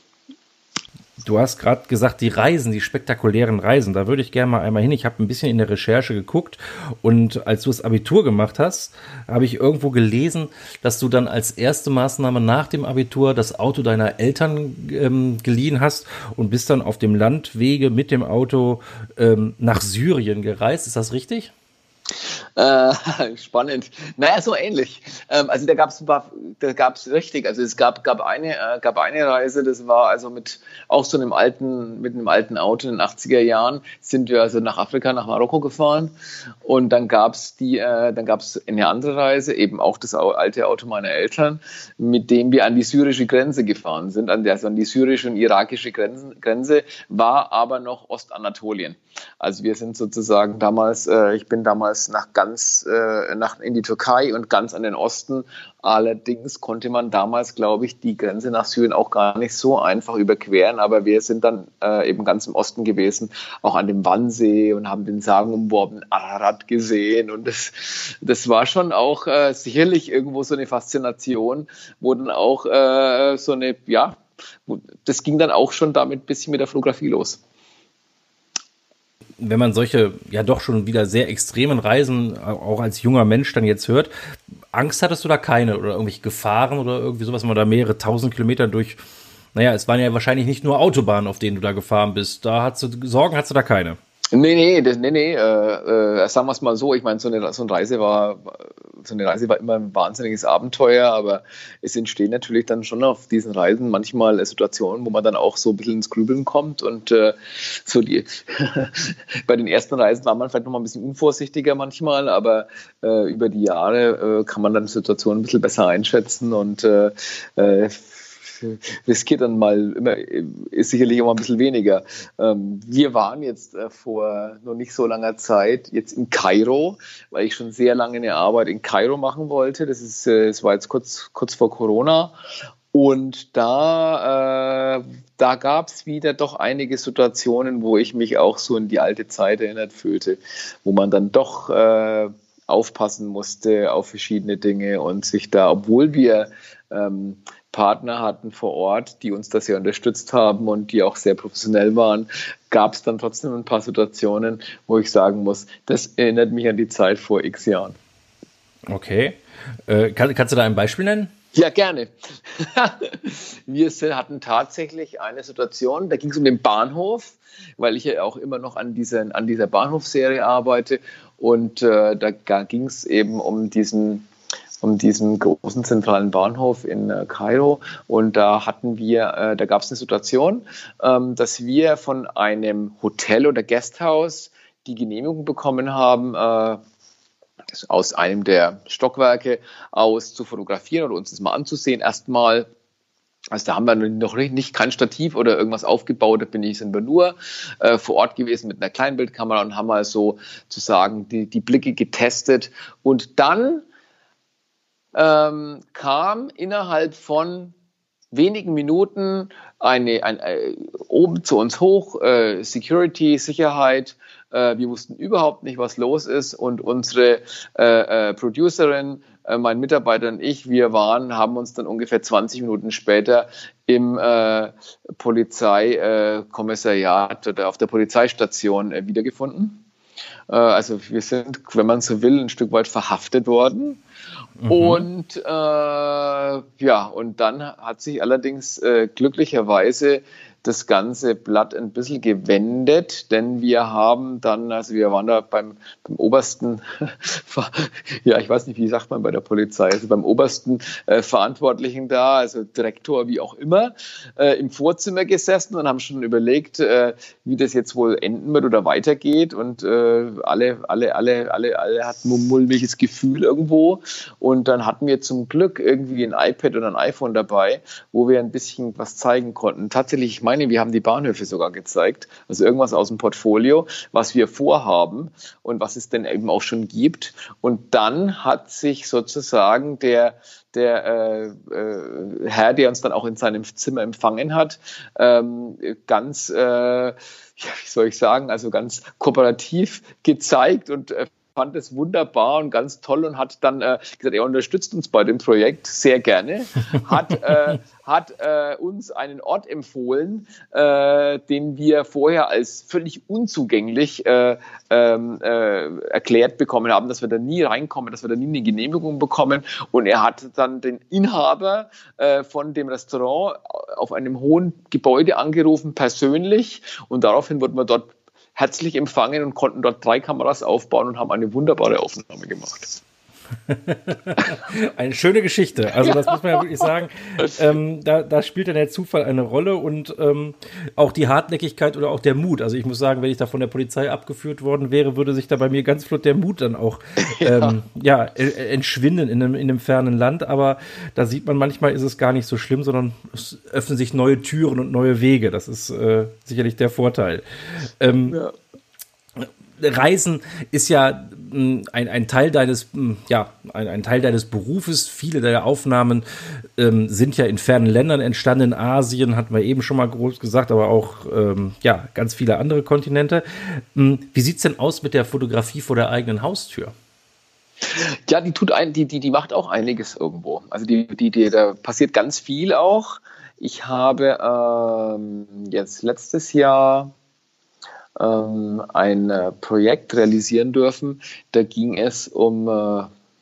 S2: Du hast gerade gesagt, die Reisen, die spektakulären Reisen, da würde ich gerne mal einmal hin. Ich habe ein bisschen in der Recherche geguckt und als du das Abitur gemacht hast, habe ich irgendwo gelesen, dass du dann als erste Maßnahme nach dem Abitur das Auto deiner Eltern ähm, geliehen hast und bist dann auf dem Landwege mit dem Auto ähm, nach Syrien gereist. Ist das richtig?
S3: Äh, spannend. Naja, so ähnlich. Ähm, also da gab es da gab's richtig, also es gab, gab, eine, äh, gab eine Reise, das war also mit auch so einem alten, mit einem alten Auto in den achtziger Jahren, sind wir also nach Afrika, nach Marokko gefahren und dann gab es die, äh, dann gab es eine andere Reise, eben auch das alte Auto meiner Eltern, mit dem wir an die syrische Grenze gefahren sind, an der, also an die syrische und irakische Grenzen, Grenze, war aber noch Ostanatolien. Also wir sind sozusagen damals, äh, ich bin damals nach ganz äh, nach in die Türkei und ganz an den Osten. Allerdings konnte man damals, glaube ich, die Grenze nach Syrien auch gar nicht so einfach überqueren. Aber wir sind dann äh, eben ganz im Osten gewesen, auch an dem Wannsee und haben den sagenumwobenen Ararat gesehen. Und das, das war schon auch äh, sicherlich irgendwo so eine Faszination, wo dann auch äh, so eine, ja, das ging dann auch schon damit ein bisschen mit der Fotografie los.
S2: Wenn man solche, ja doch schon wieder sehr extremen Reisen auch als junger Mensch dann jetzt hört, Angst hattest du da keine oder irgendwelche Gefahren oder irgendwie sowas, wenn man da mehrere tausend Kilometer durch, naja, es waren ja wahrscheinlich nicht nur Autobahnen, auf denen du da gefahren bist, da hattest du, Sorgen hattest du da keine?
S3: Nee, nee, das, nee, nee, äh, äh, sagen wir es mal so, ich meine, so eine, so eine Reise war, so eine Reise war immer ein wahnsinniges Abenteuer, aber es entstehen natürlich dann schon auf diesen Reisen manchmal Situationen, wo man dann auch so ein bisschen ins Grübeln kommt und äh, so die, bei den ersten Reisen war man vielleicht noch mal ein bisschen unvorsichtiger manchmal, aber äh, über die Jahre äh, kann man dann Situationen ein bisschen besser einschätzen und äh, äh, riskiert dann mal immer, ist sicherlich immer ein bisschen weniger. Ähm, wir waren jetzt äh, vor noch nicht so langer Zeit jetzt in Kairo, weil ich schon sehr lange eine Arbeit in Kairo machen wollte. Das ist, äh, das war jetzt kurz, kurz vor Corona. Und da, äh, da gab es wieder doch einige Situationen, wo ich mich auch so in die alte Zeit erinnert fühlte, wo man dann doch äh, aufpassen musste auf verschiedene Dinge und sich da, obwohl wir ähm, Partner hatten vor Ort, die uns das ja unterstützt haben und die auch sehr professionell waren, gab es dann trotzdem ein paar Situationen, wo ich sagen muss, das erinnert mich an die Zeit vor x Jahren.
S2: Okay. Äh, kann, kannst du da ein Beispiel nennen?
S3: Ja, gerne. Wir hatten tatsächlich eine Situation, da ging es um den Bahnhof, weil ich ja auch immer noch an dieser, an dieser Bahnhofserie arbeite und äh, da ging es eben um diesen um diesen großen zentralen Bahnhof in äh, Kairo und da hatten wir, äh, da gab es eine Situation, ähm, dass wir von einem Hotel oder Guesthouse die Genehmigung bekommen haben, äh, aus einem der Stockwerke aus zu fotografieren oder uns das mal anzusehen erstmal. Also da haben wir noch nicht, nicht kein Stativ oder irgendwas aufgebaut, da bin ich, sind wir nur äh, vor Ort gewesen mit einer Kleinbildkamera und haben mal so sozusagen die, die Blicke getestet und dann Ähm, kam innerhalb von wenigen Minuten eine, ein, äh, oben zu uns hoch, äh, Security, Sicherheit. Äh, wir wussten überhaupt nicht, was los ist und unsere äh, äh, Producerin, äh, mein Mitarbeiter und ich, wir waren, haben uns dann ungefähr zwanzig Minuten später im äh, Polizeikommissariat äh, oder auf der Polizeistation äh, wiedergefunden. Äh, also wir sind, wenn man so will, ein Stück weit verhaftet worden. Mhm. Und äh, ja, und dann hat sich allerdings äh, glücklicherweise das ganze Blatt ein bisschen gewendet, denn wir haben dann, also wir waren da beim, beim obersten, ja, ich weiß nicht, wie sagt man bei der Polizei, also beim obersten äh, Verantwortlichen da, also Direktor, wie auch immer, äh, im Vorzimmer gesessen und haben schon überlegt, äh, wie das jetzt wohl enden wird oder weitergeht und äh, alle, alle, alle, alle, alle hatten ein mulmiges Gefühl irgendwo und dann hatten wir zum Glück irgendwie ein iPad oder ein iPhone dabei, wo wir ein bisschen was zeigen konnten. Tatsächlich, ich meine, wir haben die Bahnhöfe sogar gezeigt, also irgendwas aus dem Portfolio, was wir vorhaben und was es denn eben auch schon gibt. Und dann hat sich sozusagen der, der äh, äh, Herr, der uns dann auch in seinem Zimmer empfangen hat, ähm, ganz, äh, ja, wie soll ich sagen, also ganz kooperativ gezeigt und äh, fand es wunderbar und ganz toll und hat dann äh, gesagt, er unterstützt uns bei dem Projekt sehr gerne, hat, äh, hat äh, uns einen Ort empfohlen, äh, den wir vorher als völlig unzugänglich äh, äh, erklärt bekommen haben, dass wir da nie reinkommen, dass wir da nie eine Genehmigung bekommen und er hat dann den Inhaber äh, von dem Restaurant auf einem hohen Gebäude angerufen, persönlich und daraufhin wurden wir dort herzlich empfangen und konnten dort drei Kameras aufbauen und haben eine wunderbare Aufnahme gemacht.
S2: Eine schöne Geschichte. Also das muss man ja wirklich sagen. Ähm, da, da spielt dann der Zufall eine Rolle und ähm, auch die Hartnäckigkeit oder auch der Mut. Also ich muss sagen, wenn ich da von der Polizei abgeführt worden wäre, würde sich da bei mir ganz flott der Mut dann auch ähm, ja. ja, entschwinden in einem, in einem fernen Land. Aber da sieht man, manchmal ist es gar nicht so schlimm, sondern es öffnen sich neue Türen und neue Wege. Das ist äh, sicherlich der Vorteil. Ähm, ja. Reisen ist ja ein, ein Teil deines, ja, ein, ein Teil deines Berufes. Viele deiner Aufnahmen ähm, sind ja in fernen Ländern entstanden. In Asien hatten wir eben schon mal groß gesagt, aber auch ähm, ja, ganz viele andere Kontinente. Wie sieht's denn aus mit der Fotografie vor der eigenen Haustür?
S3: Ja, die tut ein, die, die, die macht auch einiges irgendwo. Also die, die, die, da passiert ganz viel auch. Ich habe ähm, jetzt letztes Jahr ein äh, Projekt realisieren dürfen. Da ging es um, äh,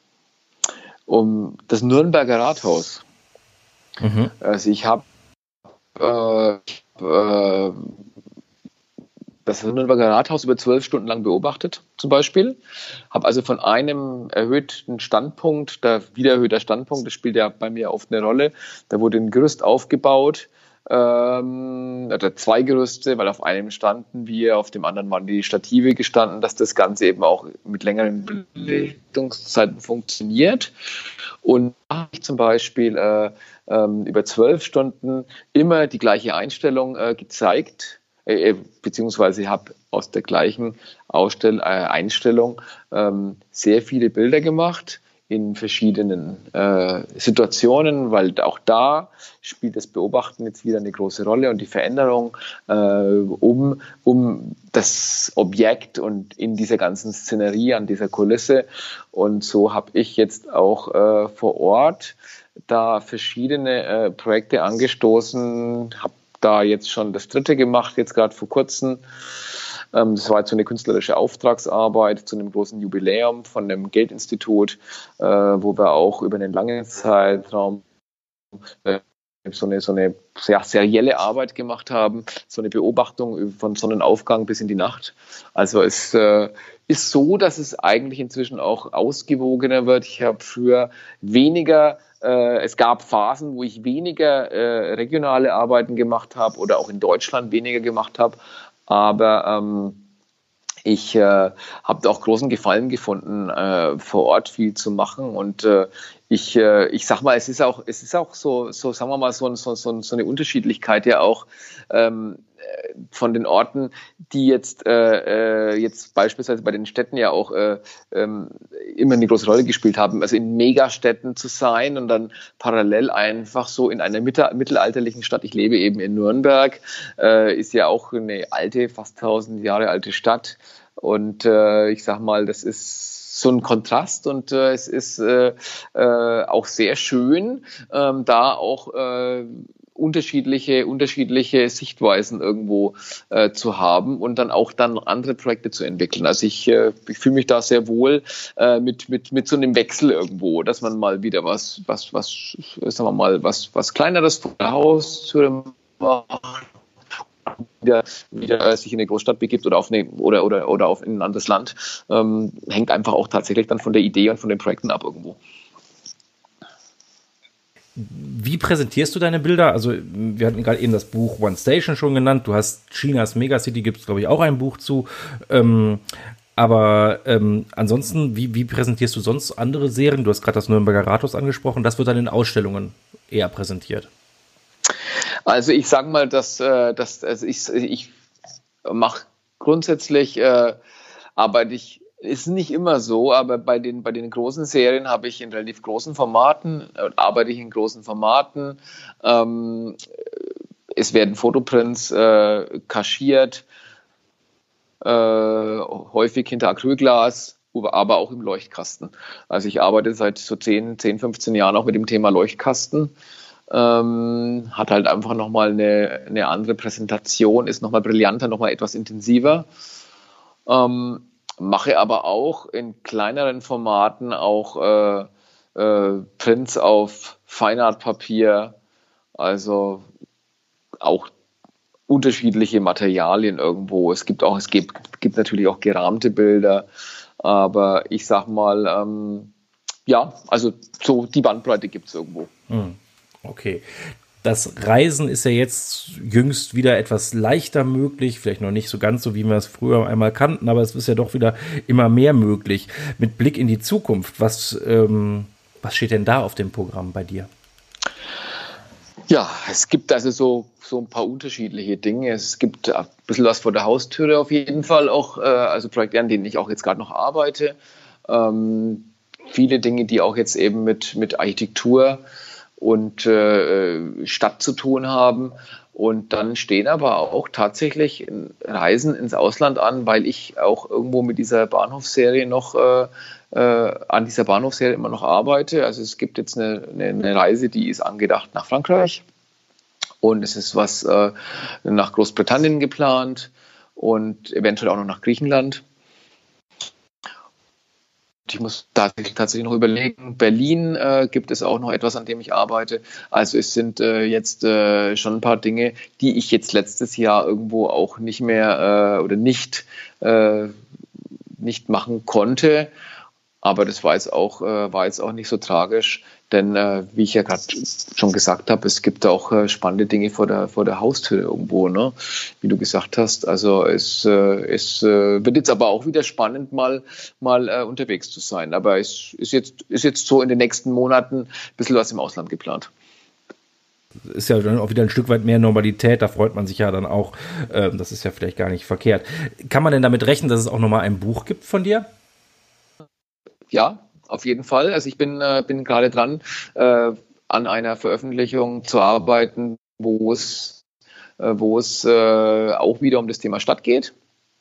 S3: um das Nürnberger Rathaus. Mhm. Also ich habe äh, äh, das Nürnberger Rathaus über zwölf Stunden lang beobachtet, zum Beispiel. Habe also von einem erhöhten Standpunkt, der wieder erhöhter Standpunkt, das spielt ja bei mir oft eine Rolle, da wurde ein Gerüst aufgebaut, ähm, oder zwei Gerüste, weil auf einem standen wir, auf dem anderen waren die Stative gestanden, dass das Ganze eben auch mit längeren Belichtungszeiten funktioniert. Und da habe ich zum Beispiel äh, ähm, über zwölf Stunden immer die gleiche Einstellung äh, gezeigt, äh, beziehungsweise habe aus der gleichen Ausstell äh, Einstellung ähm, sehr viele Bilder gemacht in verschiedenen äh, Situationen, weil auch da spielt das Beobachten jetzt wieder eine große Rolle und die Veränderung äh, um, um das Objekt und in dieser ganzen Szenerie, an dieser Kulisse. Und so habe ich jetzt auch äh, vor Ort da verschiedene äh, Projekte angestoßen, habe da jetzt schon das dritte gemacht, jetzt gerade vor kurzem. Das war jetzt so eine künstlerische Auftragsarbeit zu einem großen Jubiläum von einem Geldinstitut, äh, wo wir auch über einen langen Zeitraum äh, so eine, so eine ja, serielle Arbeit gemacht haben, so eine Beobachtung von Sonnenaufgang bis in die Nacht. Also es äh, ist so, dass es eigentlich inzwischen auch ausgewogener wird. Ich habe früher weniger äh, es gab Phasen, wo ich weniger äh, regionale Arbeiten gemacht habe oder auch in Deutschland weniger gemacht habe. Aber ähm, ich äh, habe auch großen Gefallen gefunden, äh, vor Ort viel zu machen. Und äh, ich, äh, ich sag mal, es ist auch, es ist auch so, so sagen wir mal, so, so, so, so eine Unterschiedlichkeit ja auch ähm, von den Orten, die jetzt, äh, jetzt beispielsweise bei den Städten ja auch äh, ähm, immer eine große Rolle gespielt haben. Also in Megastädten zu sein und dann parallel einfach so in einer mittelalterlichen Stadt. Ich lebe eben in Nürnberg, äh, ist ja auch eine alte, fast tausend Jahre alte Stadt. Und äh, ich sag mal, das ist so ein Kontrast und äh, es ist äh, äh, auch sehr schön, äh, da auch äh, unterschiedliche unterschiedliche Sichtweisen irgendwo äh, zu haben und dann auch dann andere Projekte zu entwickeln. Also ich, äh, ich fühle mich da sehr wohl äh, mit mit mit so einem Wechsel irgendwo, dass man mal wieder was was was sagen wir mal was was kleineres vor der Haustür macht, wieder wieder sich in eine Großstadt begibt oder auf eine oder oder oder auf in ein anderes Land, ähm, hängt einfach auch tatsächlich dann von der Idee und von den Projekten ab irgendwo.
S2: Wie präsentierst du deine Bilder? Also wir hatten gerade eben das Buch One Station schon genannt. Du hast Chinas Megacity, gibt es glaube ich auch ein Buch zu. Ähm, aber ähm, ansonsten, wie, wie präsentierst du sonst andere Serien? Du hast gerade das Nürnberger Rathaus angesprochen. Das wird dann in Ausstellungen eher präsentiert.
S3: Also ich sage mal, dass, äh, dass also ich, ich mache grundsätzlich, äh, arbeite ich, ist nicht immer so, aber bei den, bei den großen Serien habe ich in relativ großen Formaten, äh, arbeite ich in großen Formaten. Ähm, es werden Fotoprints äh, kaschiert, äh, häufig hinter Acrylglas, aber auch im Leuchtkasten. Also ich arbeite seit so zehn, fünfzehn Jahren auch mit dem Thema Leuchtkasten. Ähm, hat halt einfach nochmal eine, eine andere Präsentation, ist nochmal brillanter, nochmal etwas intensiver. Ähm, mache aber auch in kleineren Formaten auch äh, äh, Prints auf Feinartpapier, also auch unterschiedliche Materialien irgendwo. Es gibt auch, es gibt, gibt natürlich auch gerahmte Bilder, aber ich sag mal, ähm, ja, also so die Bandbreite gibt es irgendwo.
S2: Hm. Okay. Das Reisen ist ja jetzt jüngst wieder etwas leichter möglich, vielleicht noch nicht so ganz so, wie wir es früher einmal kannten, aber es ist ja doch wieder immer mehr möglich. Mit Blick in die Zukunft, was, ähm, was steht denn da auf dem Programm bei dir?
S3: Ja, es gibt also so, so ein paar unterschiedliche Dinge. Es gibt ein bisschen was vor der Haustüre auf jeden Fall auch, äh, also Projekte, an denen ich auch jetzt gerade noch arbeite. Ähm, viele Dinge, die auch jetzt eben mit, mit Architektur und äh, Stadt zu tun haben. Und dann stehen aber auch tatsächlich Reisen ins Ausland an, weil ich auch irgendwo mit dieser Bahnhofsserie noch äh, äh, an dieser Bahnhofsserie immer noch arbeite. Also es gibt jetzt eine, eine, eine Reise, die ist angedacht nach Frankreich und es ist was äh, nach Großbritannien geplant und eventuell auch noch nach Griechenland. ich muss tatsächlich, tatsächlich noch überlegen. Berlin äh, gibt es auch noch etwas, an dem ich arbeite. Also es sind äh, jetzt äh, schon ein paar Dinge, die ich jetzt letztes Jahr irgendwo auch nicht mehr äh, oder nicht, äh, nicht machen konnte. Aber das war jetzt auch, äh, war jetzt auch nicht so tragisch, denn äh, wie ich ja gerade schon gesagt habe, es gibt auch äh, spannende Dinge vor der, vor der Haustür irgendwo, ne? Wie du gesagt hast. Also es, äh, es äh, wird jetzt aber auch wieder spannend, mal, mal äh, unterwegs zu sein. Aber es ist jetzt, ist jetzt so in den nächsten Monaten ein bisschen was im Ausland geplant.
S2: Ist ja dann auch wieder ein Stück weit mehr Normalität, da freut man sich ja dann auch. Äh, das ist ja vielleicht gar nicht verkehrt. Kann man denn damit rechnen, dass es auch nochmal ein Buch gibt von dir?
S3: Ja, auf jeden Fall. Also ich bin, äh, bin gerade dran, äh, an einer Veröffentlichung zu arbeiten, wo es, äh, wo es äh, auch wieder um das Thema Stadt geht.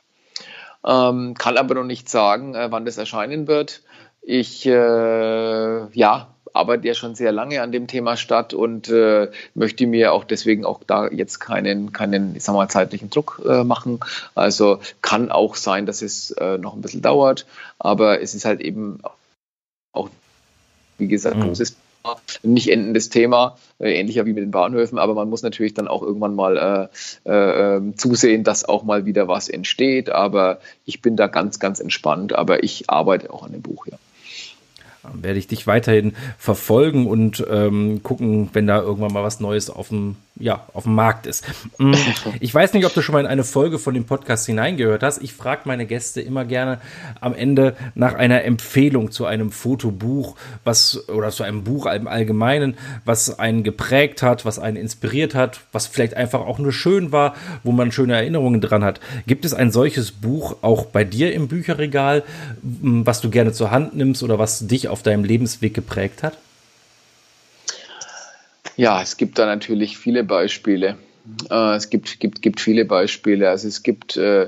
S3: Ähm, kann aber noch nicht sagen, äh, wann das erscheinen wird. Ich äh, ja, arbeite ja schon sehr lange an dem Thema Stadt und äh, möchte mir auch deswegen auch da jetzt keinen, keinen ich sag mal, zeitlichen Druck äh, machen. Also kann auch sein, dass es äh, noch ein bisschen dauert, aber es ist halt eben auch, wie gesagt, mhm. großes, nicht endendes Thema, äh, ähnlicher wie mit den Bahnhöfen, aber man muss natürlich dann auch irgendwann mal äh, äh, zusehen, dass auch mal wieder was entsteht, aber ich bin da ganz, ganz entspannt, aber ich arbeite auch an dem Buch, ja.
S2: Dann werde ich dich weiterhin verfolgen und ähm, gucken, wenn da irgendwann mal was Neues auf dem, ja, auf dem Markt ist. Ich weiß nicht, ob du schon mal in eine Folge von dem Podcast hineingehört hast. Ich frage meine Gäste immer gerne am Ende nach einer Empfehlung zu einem Fotobuch, was oder zu einem Buch im Allgemeinen, was einen geprägt hat, was einen inspiriert hat, was vielleicht einfach auch nur schön war, wo man schöne Erinnerungen dran hat. Gibt es ein solches Buch auch bei dir im Bücherregal, was du gerne zur Hand nimmst oder was dich auf deinem Lebensweg geprägt hat?
S3: Ja, es gibt da natürlich viele Beispiele. Äh, es gibt, gibt, gibt viele Beispiele. Also es gibt äh,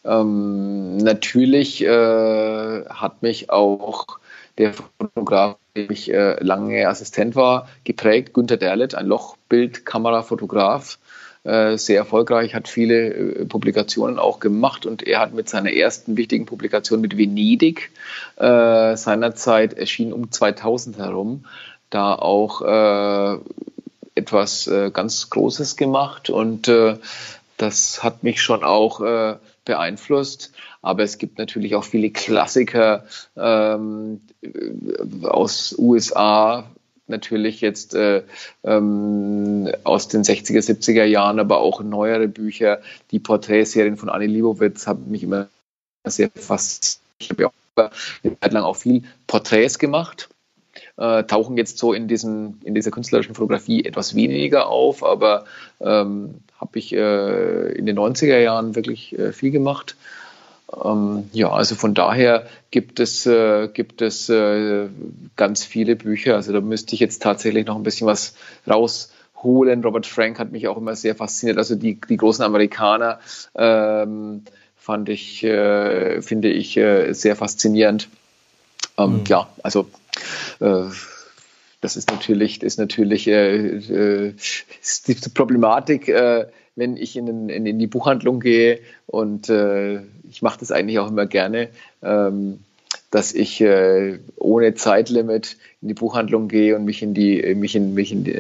S3: ähm, natürlich äh, hat mich auch der Fotograf, dem ich äh, lange Assistent war, geprägt. Günter Derleth, ein Lochbildkamerafotograf, äh, sehr erfolgreich, hat viele äh, Publikationen auch gemacht und er hat mit seiner ersten wichtigen Publikation mit Venedig äh, seinerzeit erschien um zweitausend herum, da auch äh, etwas äh, ganz Großes gemacht und äh, das hat mich schon auch äh, beeinflusst. Aber es gibt natürlich auch viele Klassiker ähm, aus U S A, natürlich jetzt äh, ähm, aus den sechziger, siebziger Jahren, aber auch neuere Bücher. Die Porträtserien von Annie Leibovitz haben mich immer sehr fasziniert. Ich habe ja auch eine Zeit lang auch viel Porträts gemacht. Äh, tauchen jetzt so in, diesen, in dieser künstlerischen Fotografie etwas weniger auf, aber ähm, habe ich äh, in den neunziger Jahren wirklich äh, viel gemacht. Ähm, ja, also von daher gibt es, äh, gibt es äh, ganz viele Bücher. Also da müsste ich jetzt tatsächlich noch ein bisschen was rausholen. Robert Frank hat mich auch immer sehr fasziniert. Also die, die großen Amerikaner ähm, fand ich, äh, finde ich äh, sehr faszinierend. Ähm, mhm. Ja, also äh, das ist natürlich, das ist natürlich äh, äh, ist die Problematik, äh, wenn ich in, den, in, in die Buchhandlung gehe und äh, ich mache das eigentlich auch immer gerne, ähm, dass ich äh, ohne Zeitlimit in die Buchhandlung gehe und mich in die mich in mich in, die,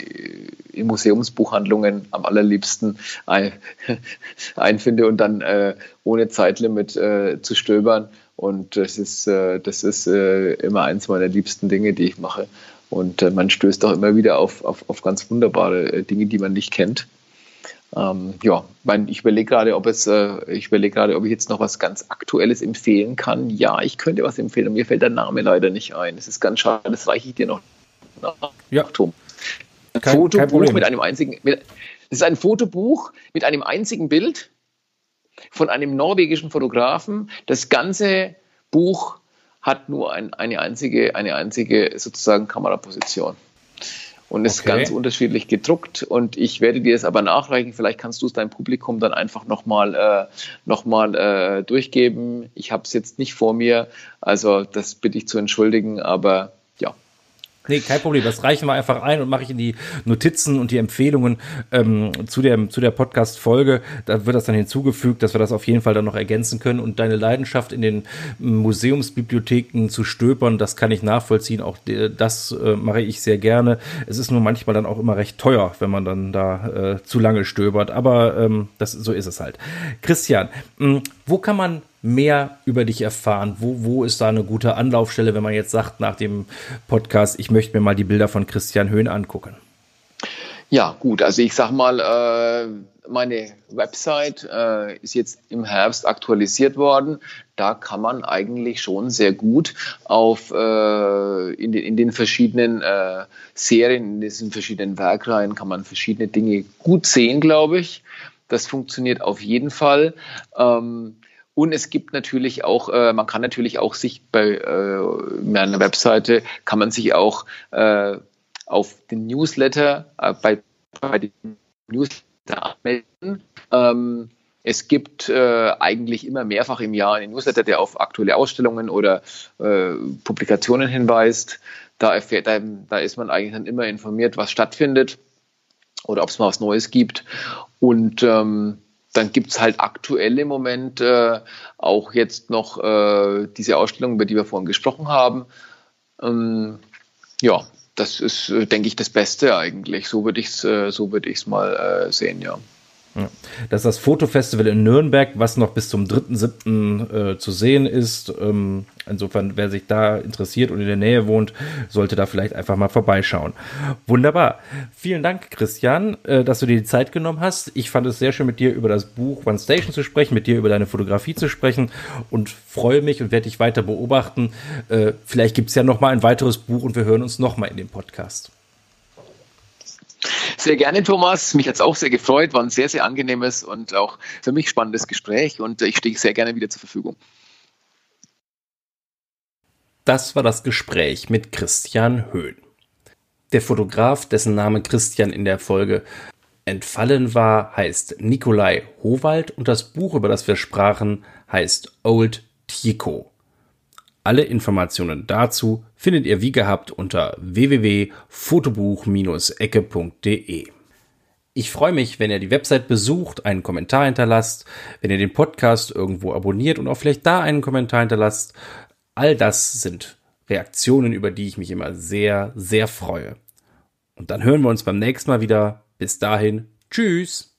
S3: in Museumsbuchhandlungen am allerliebsten ein, einfinde und dann äh, ohne Zeitlimit äh, zu stöbern. Und das ist, äh, das ist äh, immer eins meiner liebsten Dinge, die ich mache. Und äh, man stößt auch immer wieder auf, auf, auf ganz wunderbare äh, Dinge, die man nicht kennt. Ähm, ja, mein, ich überlege gerade, ob es, äh, ich überlege gerade, ob ich jetzt noch was ganz Aktuelles empfehlen kann. Ja, ich könnte was empfehlen, und mir fällt der Name leider nicht ein. Das ist ganz schade, das reiche ich dir noch nach,
S2: ja.
S3: Tom. Ein
S2: kein,
S3: Fotobuch
S2: kein
S3: mit einem einzigen, mit, das ist ein Fotobuch mit einem einzigen Bild von einem norwegischen Fotografen. Das ganze Buch hat nur ein, eine einzige, eine einzige sozusagen Kameraposition. Und ist okay. Ganz unterschiedlich gedruckt und ich werde dir das aber nachreichen. Vielleicht kannst du es deinem Publikum dann einfach nochmal äh, noch mal, äh, durchgeben. Ich habe es jetzt nicht vor mir, also das bitte ich zu entschuldigen, aber ja.
S2: Nee, kein Problem. Das reichen wir einfach ein und mache ich in die Notizen und die Empfehlungen ähm, zu der, zu der Podcast-Folge. Da wird das dann hinzugefügt, dass wir das auf jeden Fall dann noch ergänzen können. Und deine Leidenschaft in den Museumsbibliotheken zu stöbern, das kann ich nachvollziehen. Auch das äh, mache ich sehr gerne. Es ist nur manchmal dann auch immer recht teuer, wenn man dann da äh, zu lange stöbert. Aber ähm, das, so ist es halt. Christian, mh, wo kann man mehr über dich erfahren? Wo, wo ist da eine gute Anlaufstelle, wenn man jetzt sagt, nach dem Podcast, ich möchte mir mal die Bilder von Christian Höhn angucken?
S3: Ja, gut, also ich sag mal, äh, meine Website äh, ist jetzt im Herbst aktualisiert worden. Da kann man eigentlich schon sehr gut auf äh, in, den, in den verschiedenen äh, Serien, in diesen verschiedenen Werkreihen kann man verschiedene Dinge gut sehen, glaube ich. Das funktioniert auf jeden Fall. Ähm, Und es gibt natürlich auch, äh, man kann natürlich auch sich bei äh, meiner Webseite, kann man sich auch äh, auf den Newsletter, äh, bei, bei dem Newsletter anmelden. Ähm, es gibt äh, eigentlich immer mehrfach im Jahr einen Newsletter, der auf aktuelle Ausstellungen oder äh, Publikationen hinweist. Da, erfährt, da, da ist man eigentlich dann immer informiert, was stattfindet oder ob es mal was Neues gibt. Und ähm, dann gibt es halt aktuell im Moment äh, auch jetzt noch äh, diese Ausstellung, über die wir vorhin gesprochen haben. Ähm, ja, das ist, äh, denke ich, das Beste eigentlich. So würde ich es äh, so würde ich es mal äh, sehen, ja.
S2: Ja. Das ist das Fotofestival in Nürnberg, was noch bis zum dritten siebten äh, zu sehen ist. Ähm, insofern, wer sich da interessiert und in der Nähe wohnt, sollte da vielleicht einfach mal vorbeischauen. Wunderbar. Vielen Dank, Christian, äh, dass du dir die Zeit genommen hast. Ich fand es sehr schön, mit dir über das Buch One Station zu sprechen, mit dir über deine Fotografie zu sprechen und freue mich und werde dich weiter beobachten. Äh, vielleicht gibt es ja noch mal ein weiteres Buch und wir hören uns noch mal in dem Podcast.
S3: Sehr gerne, Thomas. Mich hat es auch sehr gefreut. War ein sehr, sehr angenehmes und auch für mich spannendes Gespräch und ich stehe sehr gerne wieder zur Verfügung.
S2: Das war das Gespräch mit Christian Höhn. Der Fotograf, dessen Name Christian in der Folge entfallen war, heißt Nikolai Howald und das Buch, über das wir sprachen, heißt Old Tycho. Alle Informationen dazu findet ihr wie gehabt unter w w w punkt fotobuch Bindestrich ecke punkt d e. Ich freue mich, wenn ihr die Website besucht, einen Kommentar hinterlasst, wenn ihr den Podcast irgendwo abonniert und auch vielleicht da einen Kommentar hinterlasst. All das sind Reaktionen, über die ich mich immer sehr, sehr freue. Und dann hören wir uns beim nächsten Mal wieder. Bis dahin, tschüss!